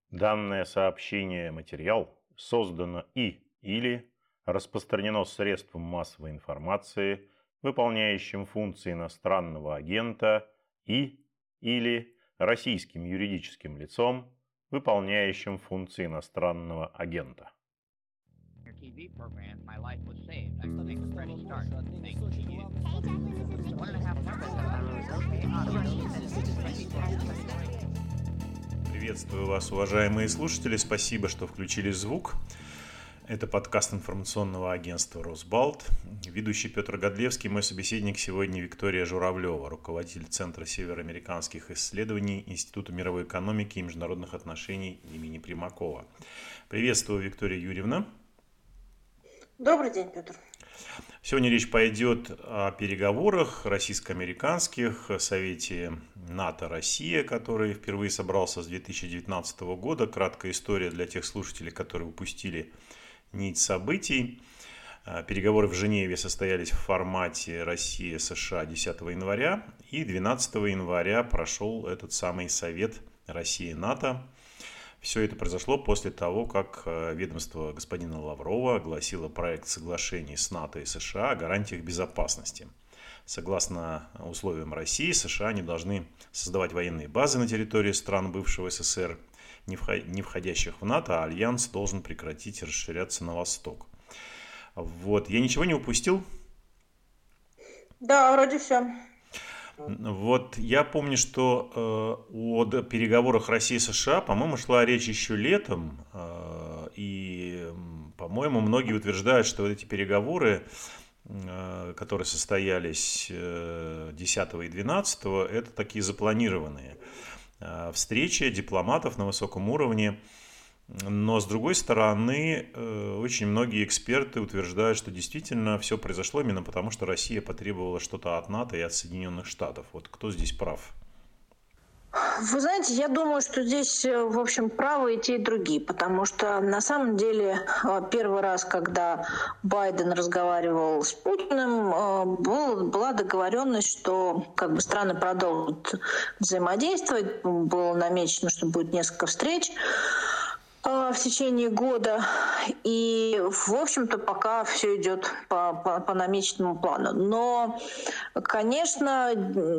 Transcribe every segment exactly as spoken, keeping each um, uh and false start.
Данное сообщение материал создано и или распространено средством массовой информации, выполняющим функции иностранного агента, и или российским юридическим лицом, выполняющим функции иностранного агента. Your T V program, my life was saved. I can make a fresh start. Thanks to you. One and a half months Приветствую вас, уважаемые слушатели. Спасибо, что включили звук. Это подкаст информационного агентства «Росбалт». Ведущий Петр Годлевский, мой собеседник сегодня Виктория Журавлева, руководитель Центра североамериканских исследований Института мировой экономики и международных отношений имени Примакова. Приветствую, Виктория Юрьевна. Добрый день, Петр. Сегодня речь пойдет о переговорах российско-американских, о Совете НАТО-Россия, который впервые собрался с две тысячи девятнадцатого года. Краткая история для тех слушателей, которые упустили нить событий. Переговоры в Женеве состоялись в формате Россия-США десятого января, и двенадцатого января прошел этот самый Совет Россия-НАТО. Все это произошло после того, как ведомство господина Лаврова огласило проект соглашений с НАТО и США о гарантиях безопасности. Согласно условиям России, США не должны создавать военные базы на территории стран бывшего СССР, не входящих в НАТО, а альянс должен прекратить расширяться на восток. Вот. Я ничего не упустил? Да, вроде все. Вот я помню, что э, о переговорах России и США, по-моему, шла речь еще летом, э, и, по-моему, многие утверждают, что эти переговоры, э, которые состоялись э, десятого и двенадцатого, это такие запланированные э, встречи дипломатов на высоком уровне. Но, с другой стороны, очень многие эксперты утверждают, что действительно все произошло именно потому, что Россия потребовала что-то от НАТО и от Соединенных Штатов. Вот кто здесь прав? Вы знаете, я думаю, что здесь, в общем, правы и те, и другие, потому что на самом деле первый раз, когда Байден разговаривал с Путиным, был, была договоренность, что как бы страны продолжат взаимодействовать. Было намечено, что будет несколько встреч в течение года. И, в общем-то, пока все идет по, по, по намеченному плану. Но, конечно,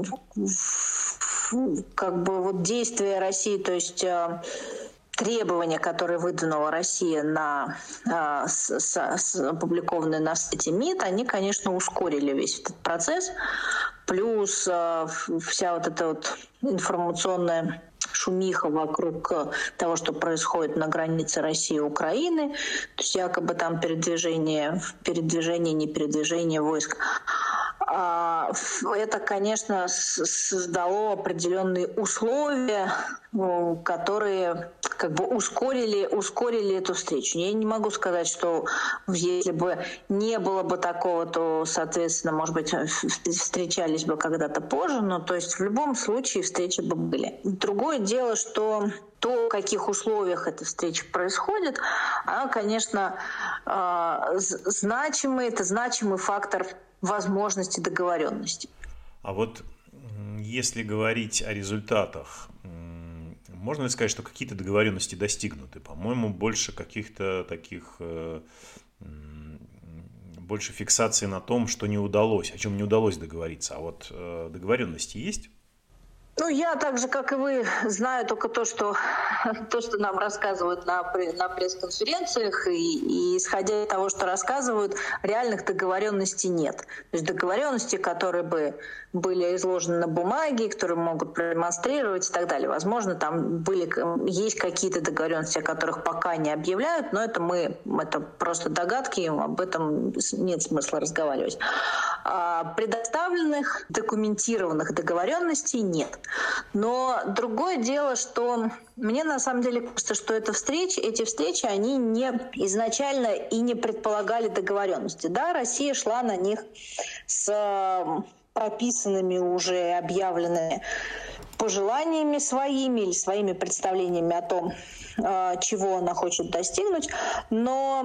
как бы вот действия России, то есть требования, которые выдвинула Россия, на, с, с, опубликованные на сайте МИД, они, конечно, ускорили весь этот процесс. Плюс вся вот эта вот информационная шумиха вокруг того, что происходит на границе России и Украины, то есть якобы там передвижение, передвижение, не передвижение войск. Это, конечно, создало определенные условия, которые как бы ускорили, ускорили эту встречу. Я не могу сказать, что если бы не было бы такого, то, соответственно, может быть, встречались бы когда-то позже, но то есть в любом случае встречи бы были. Другое дело, что то, в каких условиях эта встреча происходит, она, конечно, значимый, это значимый фактор возможности договоренности. А вот если говорить о результатах, можно ли сказать, что какие-то договоренности достигнуты? По-моему, больше каких-то таких, больше фиксации на том, что не удалось, о чем не удалось договориться. А вот договоренности есть? Ну, я так же, как и вы, знаю только то, что, то, что нам рассказывают на, на пресс-конференциях, и, и исходя из того, что рассказывают, реальных договоренностей нет. То есть договоренности, которые бы были изложены на бумаге, которые могут продемонстрировать и так далее. Возможно, там были, есть какие-то договоренности, о которых пока не объявляют, но это мы, это просто догадки, об этом нет смысла разговаривать. А предоставленных, документированных договоренностей нет. Но другое дело, что мне на самом деле кажется, что эта встреча, эти встречи, они не изначально и не предполагали договоренности. Да, Россия шла на них с прописанными уже объявленными пожеланиями своими или своими представлениями о том, чего она хочет достигнуть. Но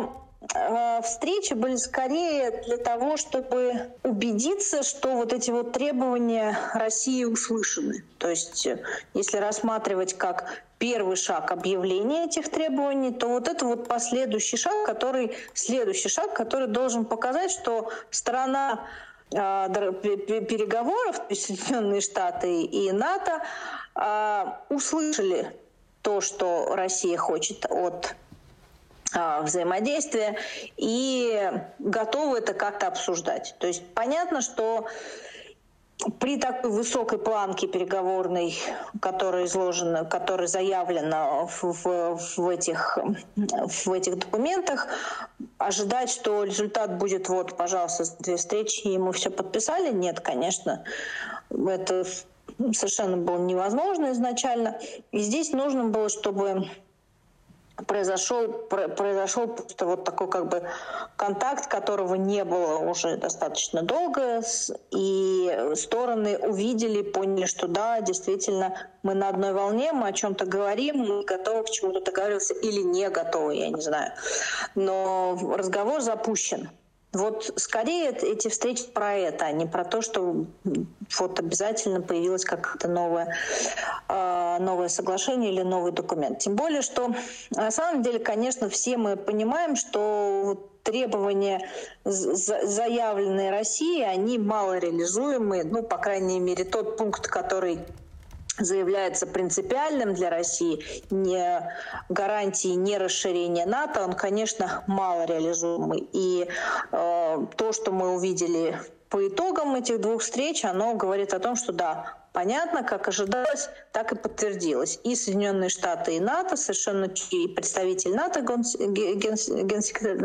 встречи были скорее для того, чтобы убедиться, что вот эти вот требования России услышаны. То есть, если рассматривать как первый шаг объявления этих требований, то вот это вот последующий шаг, который, следующий шаг, который должен показать, что сторона э, переговоров, то есть Соединенные Штаты и НАТО, э, услышали то, что Россия хочет от взаимодействия и готовы это как-то обсуждать. То есть понятно, что при такой высокой планке переговорной, которая изложена, которая заявлена в, в, в, этих, в этих документах, ожидать, что результат будет вот, пожалуйста, две встречи, и мы все подписали, нет, конечно, это совершенно было невозможно изначально. И здесь нужно было, чтобы произошел, произошел просто вот такой как бы контакт, которого не было уже достаточно долго, и стороны увидели, поняли, что да, действительно, мы на одной волне, мы о чем-то говорим, мы готовы к чему-то договариваться или не готовы, я не знаю. Но разговор запущен. Вот скорее эти встречи про это, а не про то, что вот обязательно появилось какое-то новое, новое соглашение или новый документ. Тем более, что на самом деле, конечно, все мы понимаем, что требования, заявленные Россией, они мало реализуемы. Ну, по крайней мере, тот пункт, который заявляется принципиальным для России, не гарантии не расширения НАТО, он, конечно, мало реализуемый. И э, то, что мы увидели по итогам этих двух встреч, оно говорит о том, что да, понятно, как ожидалось, так и подтвердилось. И Соединенные Штаты, и НАТО, совершенно и представитель НАТО, генсекретарь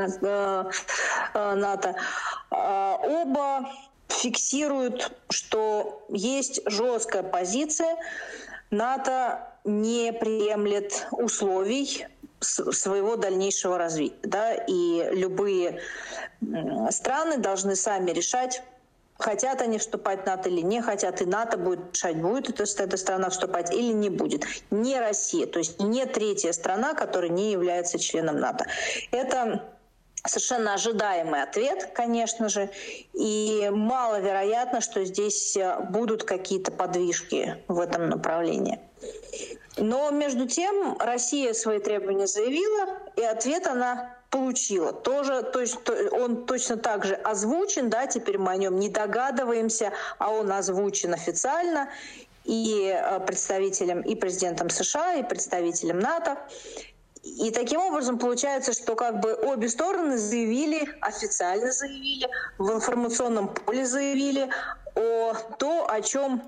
НАТО, оба фиксируют, что есть жесткая позиция, НАТО не приемлет условий своего дальнейшего развития. Да? И любые страны должны сами решать, хотят они вступать в НАТО или не хотят, и НАТО будет решать, будет эта, эта страна вступать или не будет. Не Россия, то есть не третья страна, которая не является членом НАТО. Это совершенно ожидаемый ответ, конечно же, и маловероятно, что здесь будут какие-то подвижки в этом направлении. Но между тем Россия свои требования заявила, и ответ она получила. Тоже, то есть, он точно так же озвучен, да, теперь мы о нем не догадываемся, а он озвучен официально и представителем, и президентом США, и представителем НАТО. И таким образом получается, что как бы обе стороны заявили, официально заявили, в информационном поле заявили о том, о чем,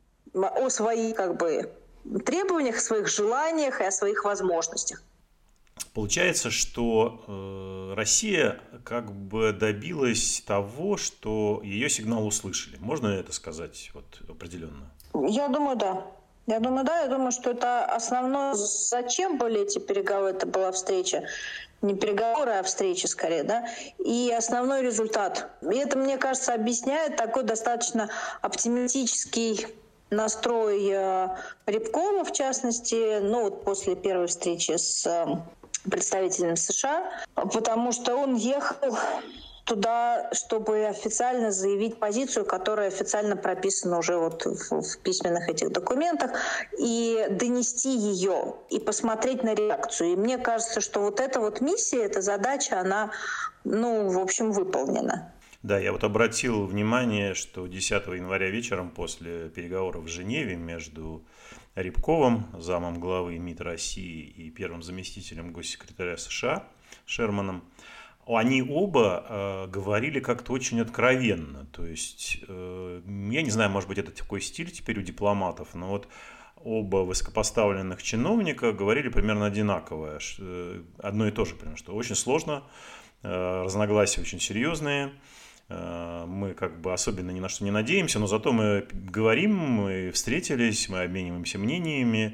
о своих как бы требованиях, своих желаниях и о своих возможностях. Получается, что э, Россия как бы добилась того, что ее сигнал услышали. Можно это сказать вот определенно? Я думаю, да. Я думаю, да, я думаю, что это основное, зачем были эти переговоры, это была встреча, не переговоры, а встреча скорее, да, и основной результат. И это, мне кажется, объясняет такой достаточно оптимистический настрой Рябкова, в частности, ну вот после первой встречи с представителем США, потому что он ехал туда, чтобы официально заявить позицию, которая официально прописана уже вот в, в письменных этих документах, и донести ее, и посмотреть на реакцию. И мне кажется, что вот эта вот миссия, эта задача, она, ну, в общем, выполнена. Да, я вот обратил внимание, что десятого января вечером после переговоров в Женеве между Рябковым, замом главы МИД России, и первым заместителем госсекретаря США Шерманом, они оба э, говорили как-то очень откровенно. То есть, э, я не знаю, может быть, это такой стиль теперь у дипломатов, но вот оба высокопоставленных чиновника говорили примерно одинаковое. Э, одно и то же, примерно, что очень сложно, э, разногласия очень серьезные. Э, мы как бы особенно ни на что не надеемся, но зато мы говорим, мы встретились, мы обмениваемся мнениями,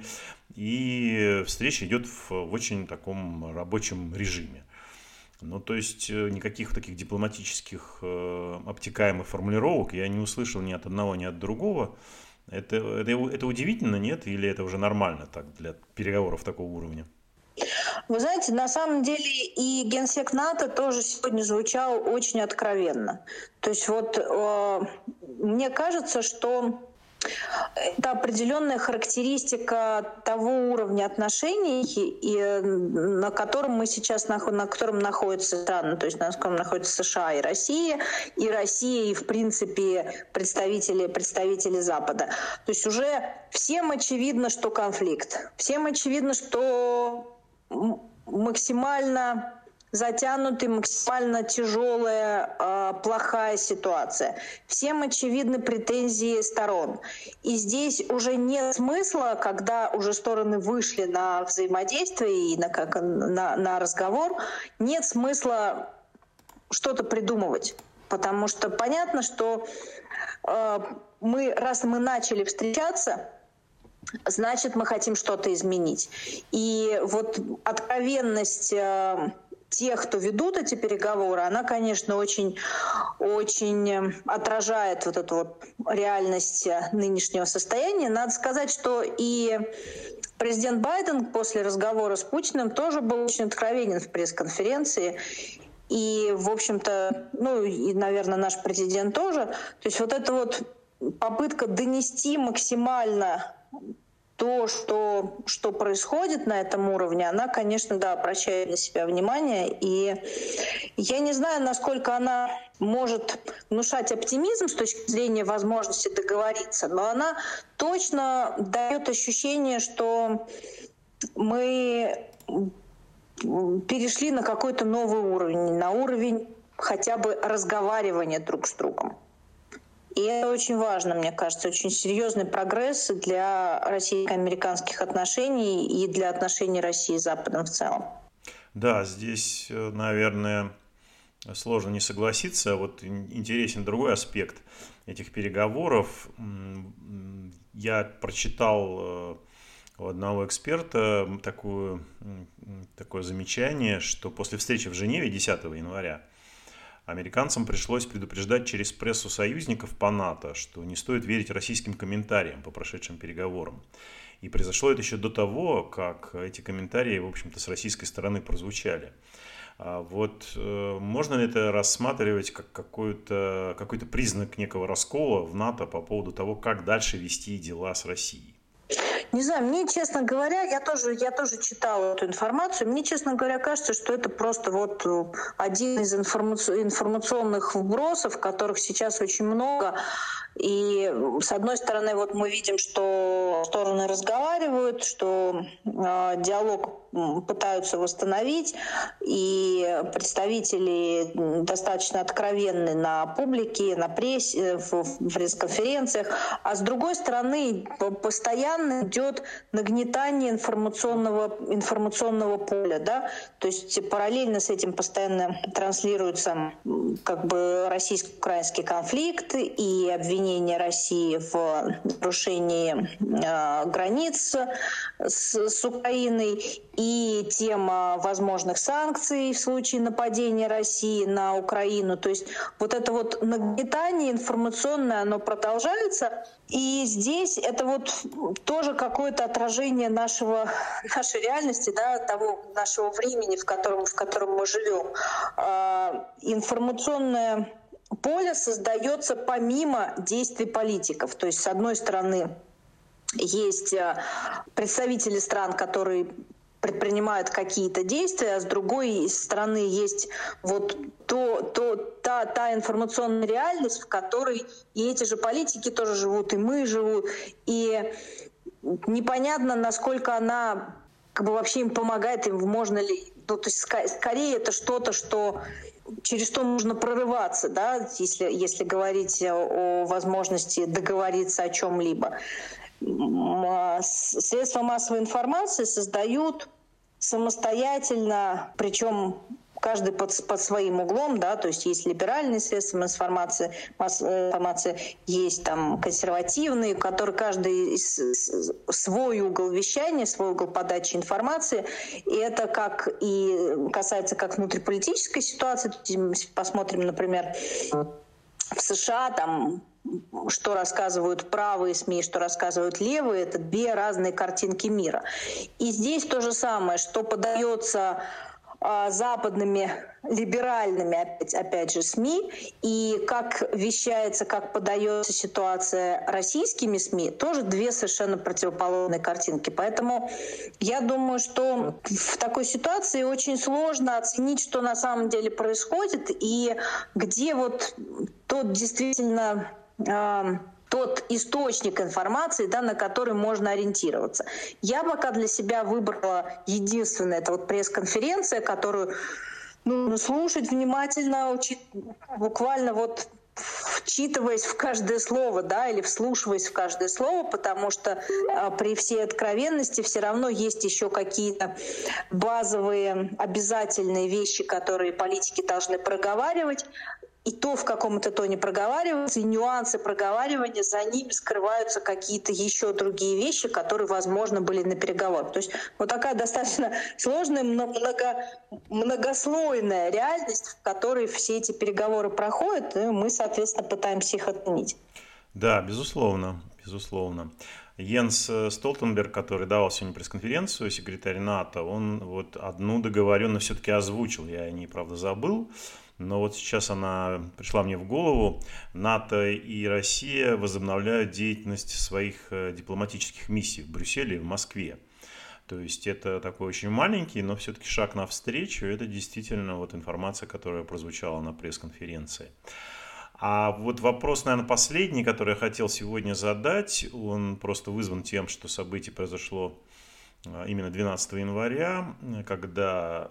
и встреча идет в, в очень таком рабочем режиме. Ну, то есть никаких таких дипломатических э, обтекаемых формулировок я не услышал ни от одного, ни от другого. Это, это, это удивительно, нет? Или это уже нормально так для переговоров такого уровня? Вы знаете, на самом деле и генсек НАТО тоже сегодня звучал очень откровенно. То есть вот э, мне кажется, что это определенная характеристика того уровня отношений, и, на котором мы сейчас на котором находятся страны, то есть на котором находятся США и Россия, и Россия, и в принципе представители, представители Запада. То есть уже всем очевидно, что конфликт, всем очевидно, что максимально затянутая, максимально тяжелая, э, плохая ситуация. Всем очевидны претензии сторон. И здесь уже нет смысла, когда уже стороны вышли на взаимодействие и на, как, на, на разговор, нет смысла что-то придумывать. Потому что понятно, что э, мы, раз мы начали встречаться, значит, мы хотим что-то изменить. И вот откровенность э, тех, кто ведут эти переговоры, она, конечно, очень, очень отражает вот эту вот реальность нынешнего состояния. Надо сказать, что и президент Байден после разговора с Путиным тоже был очень откровенен в пресс-конференции. И, в общем-то, ну и, наверное, наш президент тоже. То есть вот эта вот попытка донести максимально то, что, что происходит на этом уровне, она, конечно, да, обращает на себя внимание. И я не знаю, насколько она может внушать оптимизм с точки зрения возможности договориться, но она точно дает ощущение, что мы перешли на какой-то новый уровень, на уровень хотя бы разговаривания друг с другом. И это очень важно, мне кажется, очень серьезный прогресс для российско-американских отношений и для отношений России с Западом в целом. Да, здесь, наверное, сложно не согласиться. Вот интересен другой аспект этих переговоров. Я прочитал у одного эксперта такое, такое замечание, что после встречи в Женеве десятого января американцам пришлось предупреждать через прессу союзников по НАТО, что не стоит верить российским комментариям по прошедшим переговорам. И произошло это еще до того, как эти комментарии, в общем-то, с российской стороны прозвучали. Вот можно ли это рассматривать как какой-то, какой-то признак некого раскола в НАТО по поводу того, как дальше вести дела с Россией? Не знаю, мне, честно говоря, я тоже, я тоже читала эту информацию, мне, честно говоря, кажется, что это просто вот один из информаци- информационных вбросов, которых сейчас очень много. И с одной стороны, вот мы видим, что стороны разговаривают, что э, диалог пытаются восстановить, и представители достаточно откровенны на публике, на прессе, в, в пресс-конференциях. А с другой стороны, постоянно идет нагнетание информационного, информационного поля. Да? То есть параллельно с этим постоянно транслируется как бы российско-украинский конфликт и обвинение России в нарушении э, границ с, с Украиной, и тема возможных санкций в случае нападения России на Украину. То есть вот это вот нагнетание информационное, оно продолжается. И здесь это вот тоже какое-то отражение нашего, нашей реальности, да, того нашего времени, в котором, в котором мы живем. А, информационное поле создается помимо действий политиков. То есть, с одной стороны, есть представители стран, которые предпринимают какие-то действия, а с другой стороны есть вот то, то, та, та информационная реальность, в которой и эти же политики тоже живут, и мы живут. И непонятно, насколько она как бы вообще им помогает, им можно ли... Ну, то есть скорее это что-то, что... через что нужно прорываться, да, если, если говорить о возможности договориться о чем-либо. Средства массовой информации создают самостоятельно, причем каждый под, под своим углом, да, то есть есть либеральные средства информации, массовой информации, есть там консервативные, у которых каждый свой угол вещания, свой угол подачи информации, и это как и касается как внутриполитической ситуации. Посмотрим, например, в США там что рассказывают правые СМИ, что рассказывают левые, это две разные картинки мира. И здесь то же самое, что подается западными либеральными, опять, опять же, СМИ, и как вещается, как подается ситуация российскими СМИ, тоже две совершенно противоположные картинки. Поэтому я думаю, что в такой ситуации очень сложно оценить, что на самом деле происходит, и где вот тот действительно... тот источник информации, да, на который можно ориентироваться. Я пока для себя выбрала единственное, это вот пресс-конференция, которую ну, слушать внимательно, учить, буквально вот вчитываясь в каждое слово, да, или вслушиваясь в каждое слово, потому что а, при всей откровенности все равно есть еще какие-то базовые обязательные вещи, которые политики должны проговаривать. И то в каком-то тоне проговариваются, и нюансы проговаривания, за ними скрываются какие-то еще другие вещи, которые, возможно, были на переговорах. То есть вот такая достаточно сложная, много, многослойная реальность, в которой все эти переговоры проходят, и мы, соответственно, пытаемся их оценить. Да, безусловно, безусловно. Йенс Столтенберг, который давал сегодня пресс-конференцию, секретарь НАТО, он вот одну договоренность все-таки озвучил, я о ней, правда, забыл. Но вот сейчас она пришла мне в голову. НАТО и Россия возобновляют деятельность своих дипломатических миссий в Брюсселе и в Москве. То есть это такой очень маленький, но все-таки шаг навстречу. Это действительно вот информация, которая прозвучала на пресс-конференции. А вот вопрос, наверное, последний, который я хотел сегодня задать, он просто вызван тем, что событие произошло именно двенадцатого января, когда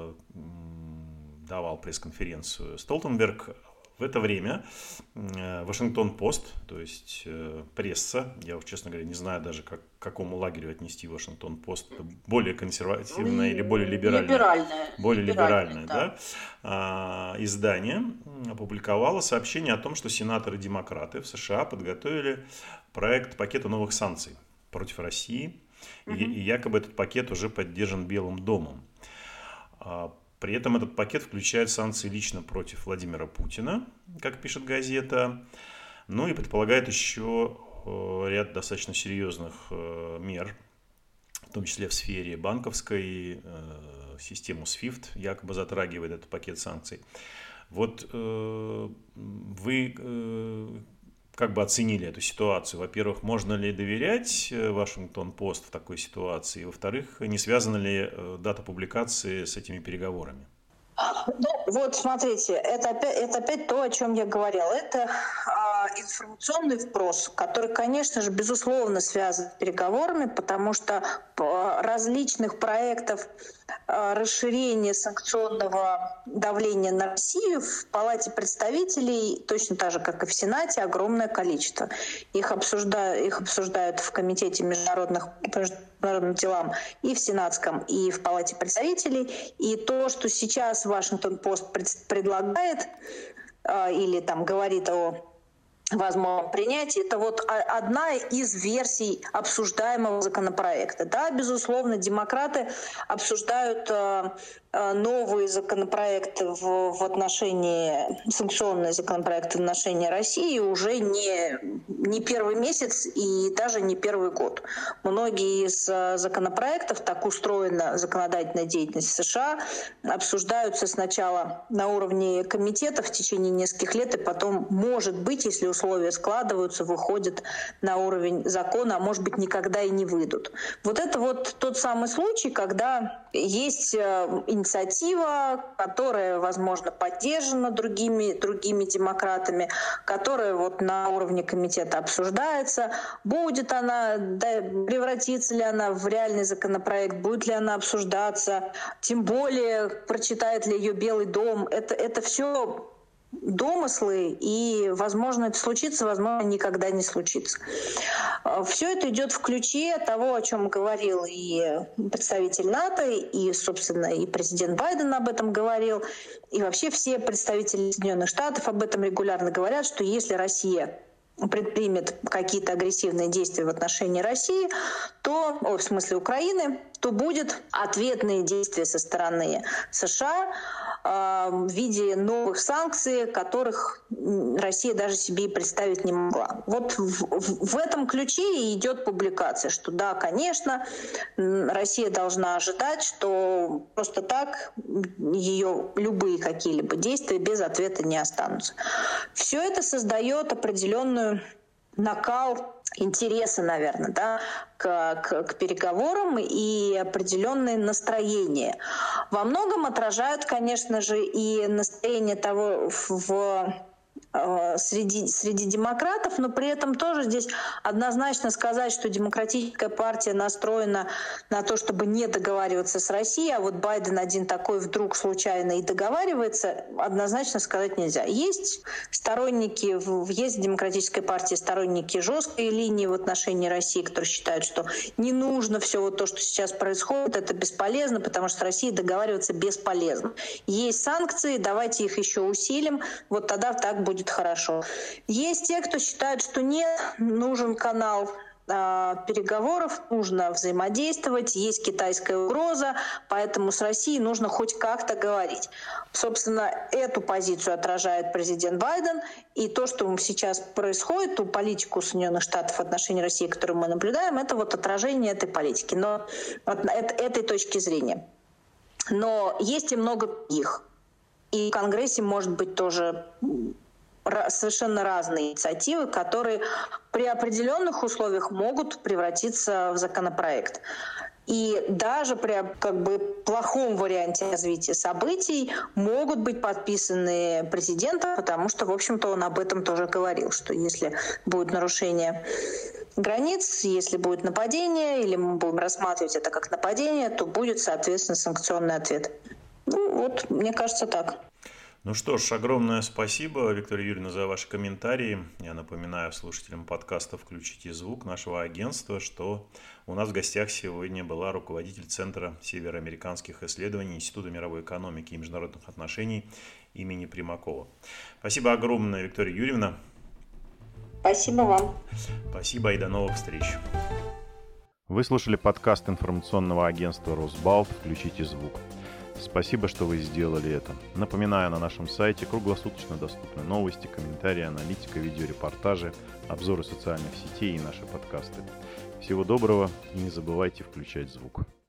давал пресс-конференцию Столтенберг. В это время Вашингтон-Пост, то есть пресса, я, честно говоря, не знаю даже, как, к какому лагерю отнести Вашингтон-Пост, более консервативное или более либеральное, либеральное, более либеральное, либеральное да, издание опубликовало сообщение о том, что сенаторы-демократы в США подготовили проект пакета новых санкций против России, угу. и, и якобы этот пакет уже поддержан Белым домом. При этом этот пакет включает санкции лично против Владимира Путина, как пишет газета, ну и предполагает еще ряд достаточно серьезных мер, в том числе в сфере банковской, систему свифт якобы затрагивает этот пакет санкций. Вот вы как бы оценили эту ситуацию? Во-первых, можно ли доверять Вашингтон-Пост в такой ситуации? Во-вторых, не связана ли дата публикации с этими переговорами? Ну, вот смотрите, это опять, это опять то, о чем я говорила. Это а, информационный вброс, который, конечно же, безусловно связан с переговорами, потому что различных проектов а, расширения санкционного давления на Россию в Палате представителей, точно так же, как и в Сенате, огромное количество. Их обсуждают, их обсуждают в Комитете международных международным делам и в Сенатском, и в Палате представителей. И то, что сейчас Вашингтон-Пост предлагает э, или там говорит о возможном принятии, это вот одна из версий обсуждаемого законопроекта. Да, безусловно, демократы обсуждают э, новые законопроекты в, в отношении, санкционные законопроекты в отношении России уже не, не первый месяц и даже не первый год. Многие из законопроектов, так устроена законодательная деятельность в США, обсуждаются сначала на уровне комитета в течение нескольких лет, и потом, может быть, если условия складываются, выходят на уровень закона, а может быть, никогда и не выйдут. Вот это вот тот самый случай, когда есть инициатива, которая, возможно, поддержана другими, другими демократами, которая вот на уровне комитета обсуждается. Будет она, да, превратится ли она в реальный законопроект, будет ли она обсуждаться, тем более прочитает ли ее Белый дом. Это, это все домыслы, и, возможно, это случится, возможно, никогда не случится. Все это идет в ключе того, о чем говорил и представитель НАТО, и, собственно, и президент Байден об этом говорил, и вообще все представители Соединенных Штатов об этом регулярно говорят, что если Россия предпримет какие-то агрессивные действия в отношении России, то, о, в смысле Украины, то будет ответные действия со стороны США, в виде новых санкций, которых Россия даже себе и представить не могла. Вот в, в, в этом ключе и идет публикация, что да, конечно, Россия должна ожидать, что просто так ее любые какие-либо действия без ответа не останутся. Все это создает определенную накал интереса, наверное, да, к, к, к переговорам и определенное настроение. Во многом отражают, конечно же, и настроение того в, в Среди, среди демократов, но при этом тоже здесь однозначно сказать, что демократическая партия настроена на то, чтобы не договариваться с Россией, а вот Байден один такой вдруг случайно и договаривается, однозначно сказать нельзя. Есть сторонники, есть в демократической партии сторонники жесткой линии в отношении России, которые считают, что не нужно все вот то, что сейчас происходит, это бесполезно, потому что с Россией договариваться бесполезно. Есть санкции, давайте их еще усилим, вот тогда так будет хорошо. Есть те, кто считает, что нет, нужен канал э, переговоров, нужно взаимодействовать, есть китайская угроза, поэтому с Россией нужно хоть как-то говорить. Собственно, эту позицию отражает президент Байден, и то, что сейчас происходит, ту политику Соединенных Штатов в отношении России, которую мы наблюдаем, это вот отражение этой политики, но от этой точки зрения. Но есть и много других. И в Конгрессе может быть тоже совершенно разные инициативы, которые при определенных условиях могут превратиться в законопроект. И даже при как бы плохом варианте развития событий могут быть подписаны президентом, потому что, в общем-то, он об этом тоже говорил, что если будет нарушение границ, если будет нападение, или мы будем рассматривать это как нападение, то будет, соответственно, санкционный ответ. Ну вот, мне кажется, так. Ну что ж, огромное спасибо, Виктория Юрьевна, за ваши комментарии. Я напоминаю слушателям подкаста «Включите звук» нашего агентства, что у нас в гостях сегодня была руководитель Центра североамериканских исследований Института мировой экономики и международных отношений имени Примакова. Спасибо огромное, Виктория Юрьевна. Спасибо вам. Спасибо и до новых встреч. Вы слушали подкаст информационного агентства «Росбалт. Включите звук». Спасибо, что вы сделали это. Напоминаю, на нашем сайте круглосуточно доступны новости, комментарии, аналитика, видеорепортажи, обзоры социальных сетей и наши подкасты. Всего доброго и не забывайте включать звук.